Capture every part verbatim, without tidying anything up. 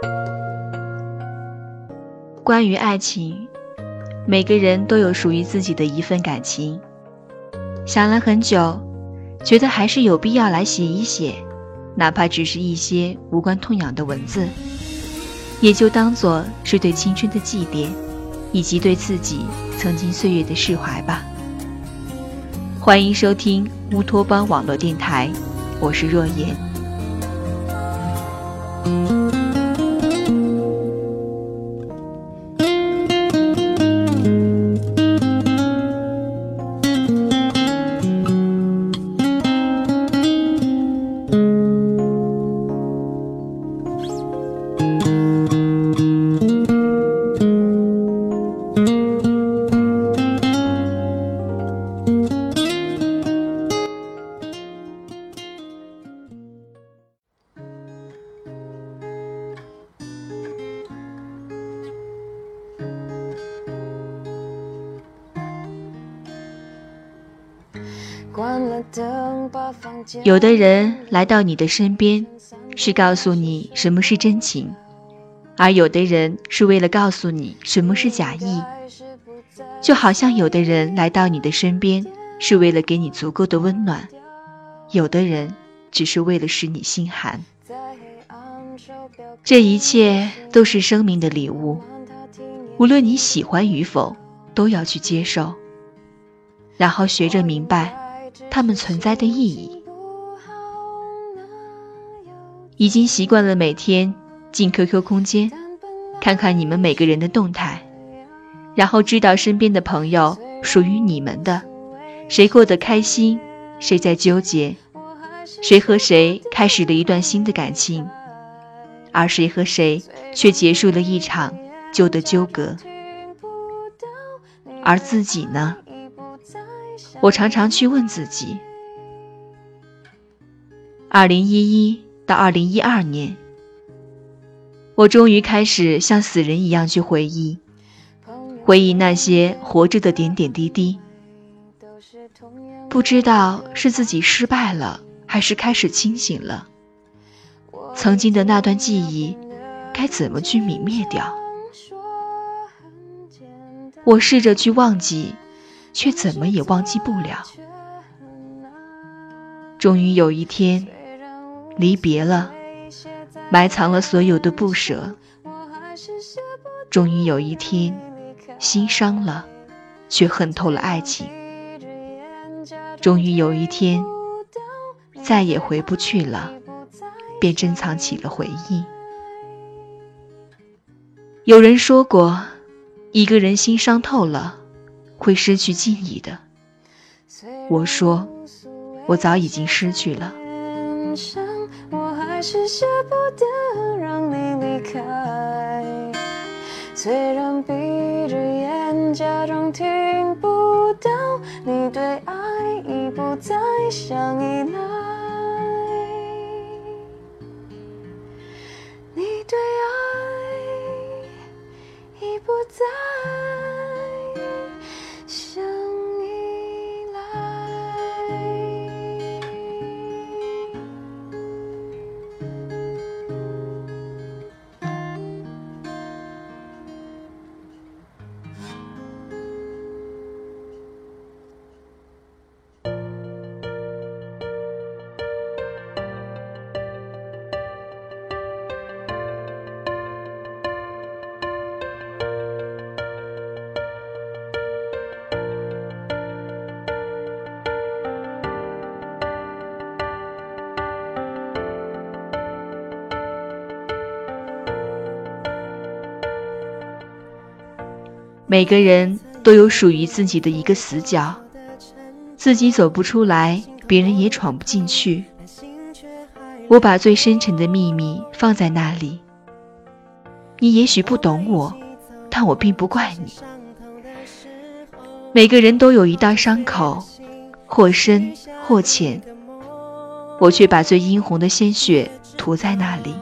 关于爱情，每个人都有属于自己的一份感情。想了很久，觉得还是有必要来写一写，哪怕只是一些无关痛痒的文字，也就当作是对青春的祭奠，以及对自己曾经岁月的释怀吧。欢迎收听乌托邦网络电台，我是若言。有的人来到你的身边，是告诉你什么是真情，而有的人是为了告诉你什么是假意。就好像有的人来到你的身边，是为了给你足够的温暖，有的人只是为了使你心寒。这一切都是生命的礼物，无论你喜欢与否，都要去接受，然后学着明白它们存在的意义。已经习惯了每天进 Q Q 空间，看看你们每个人的动态，然后知道身边的朋友属于你们的，谁过得开心，谁在纠结，谁和谁开始了一段新的感情，而谁和谁却结束了一场旧的纠葛。而自己呢？我常常去问自己，二零一一到二零一二年，我终于开始像死人一样去回忆，回忆那些活着的点点滴滴。不知道是自己失败了，还是开始清醒了。曾经的那段记忆，该怎么去泯灭掉？我试着去忘记，却怎么也忘记不了。终于有一天，离别了，埋藏了所有的不舍。终于有一天，心伤了，却恨透了爱情。终于有一天，再也回不去了，便珍藏起了回忆。有人说过，一个人心伤透了，会失去记忆的。我说，我早已经失去了。 我还是舍不得让你离开，虽然闭着眼假装听不到，你对爱已不再想依赖，你对爱已不再想依赖。 每个人都有属于自己的一个死角，自己走不出来，别人也闯不进去。我把最深沉的秘密放在那里，你也许不懂我，但我并不怪你。每个人都有一道伤口，或深或浅，我却把最殷红的鲜血涂在那里。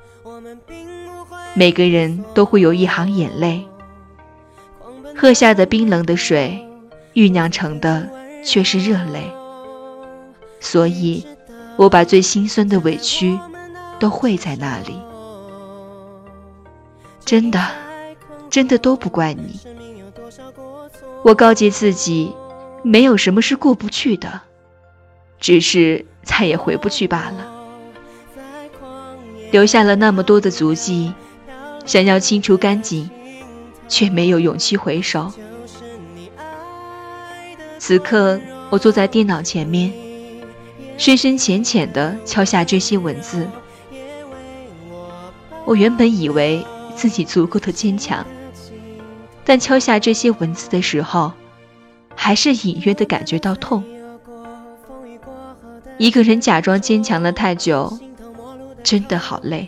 每个人都会有一行眼泪，喝下的冰冷的水，酝酿成的却是热泪。所以我把最心酸的委屈都汇在那里。 真的，真的都不怪你。我告诫自己，没有什么是过不去的，只是再也回不去罢了。留下了那么多的足迹，想要清除干净，却没有勇气回首。此刻我坐在电脑前面，深深浅浅地敲下这些文字。我原本以为自己足够的坚强，但敲下这些文字的时候，还是隐约地感觉到痛。一个人假装坚强了太久，真的好累。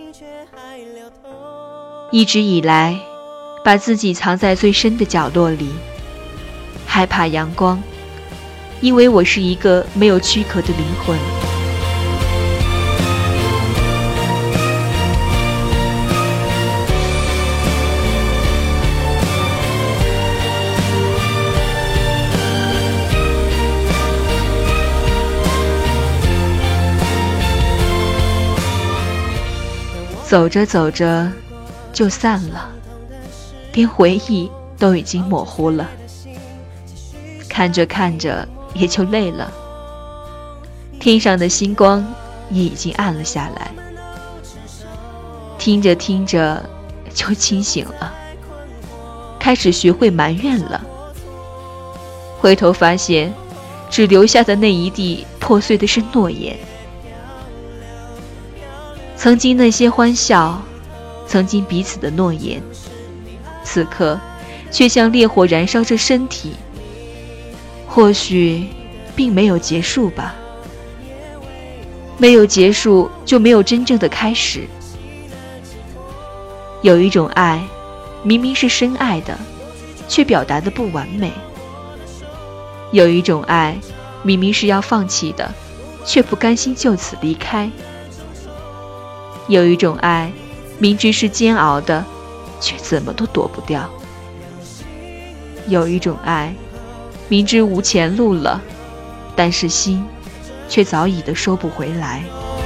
一直以来，把自己藏在最深的角落里，害怕阳光，因为我是一个没有躯壳的灵魂。走着走着就散了，连回忆都已经模糊了，看着看着也就累了，天上的星光也已经暗了下来，听着听着就清醒了，开始学会埋怨了。回头发现，只留下的那一地破碎的是诺言。曾经那些欢笑，曾经彼此的诺言，此刻却像烈火燃烧着身体，或许并没有结束吧。没有结束，就没有真正的开始。有一种爱，明明是深爱的，却表达得不完美。有一种爱，明明是要放弃的，却不甘心就此离开。有一种爱，明知是煎熬的，却怎么都躲不掉。有一种爱，明知无前路了，但是心却早已的收不回来。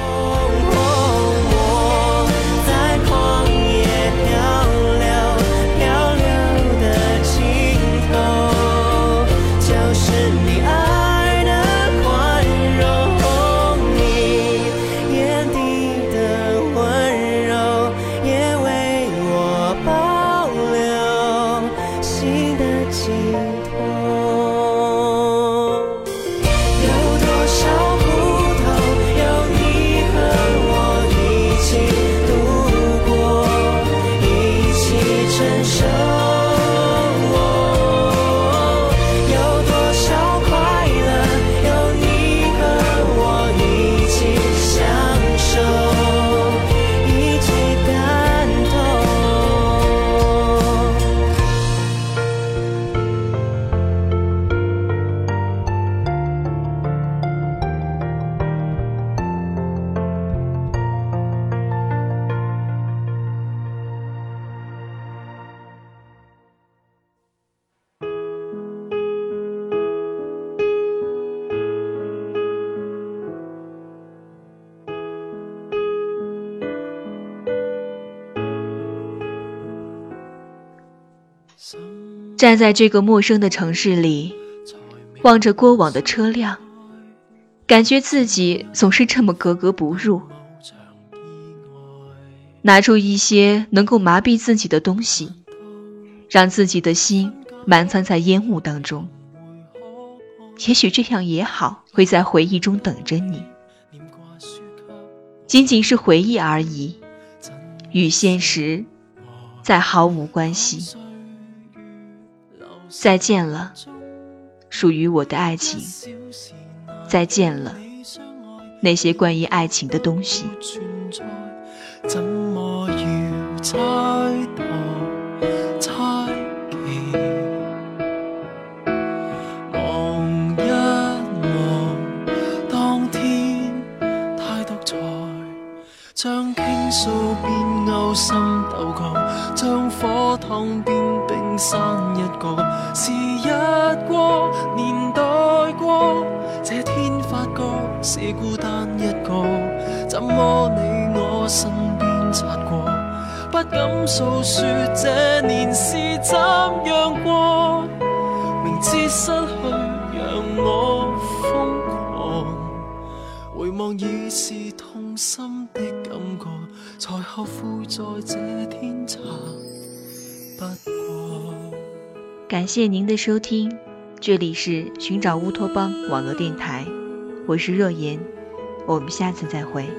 站在这个陌生的城市里，望着过往的车辆，感觉自己总是这么格格不入。拿出一些能够麻痹自己的东西，让自己的心满藏在烟雾当中。也许这样也好，会在回忆中等着你。仅仅是回忆而已，与现实再毫无关系。再见了，属于我的爱情。再见了，那些关于爱情的东西。 怎麼要猜度猜忌？望一望，當天太獨裁，將傾訴變勾心鬥角，將火燙變冰山一角。時日過，年代過，這天發覺是孤單一個，怎麼你我身邊擦過， 不敢訴說這年是怎樣過，明知失去讓我瘋狂，回望已是痛心的感覺，才後悔在這天差不過。 感謝您的收聽，這裡是尋找烏托邦網絡電台，我是若言，我們下次再會。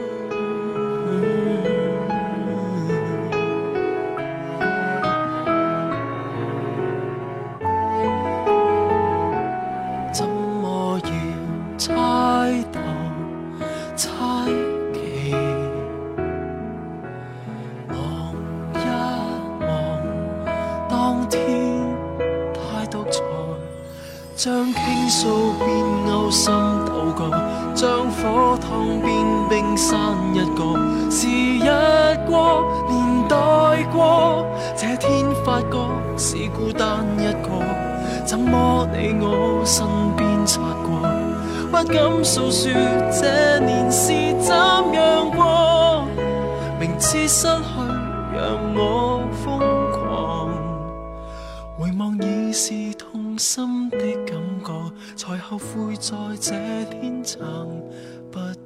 怎麼要猜度猜忌？望一望當天太獨裁，將傾訴變勾心鬥角，將火燙變冰山一角。時日過，年代過，這天發覺是孤單一個，怎麼你我身邊擦過，不敢訴說這年是怎樣過，明知失去讓我瘋狂，回望已是痛心的感覺，才後悔在這天撐不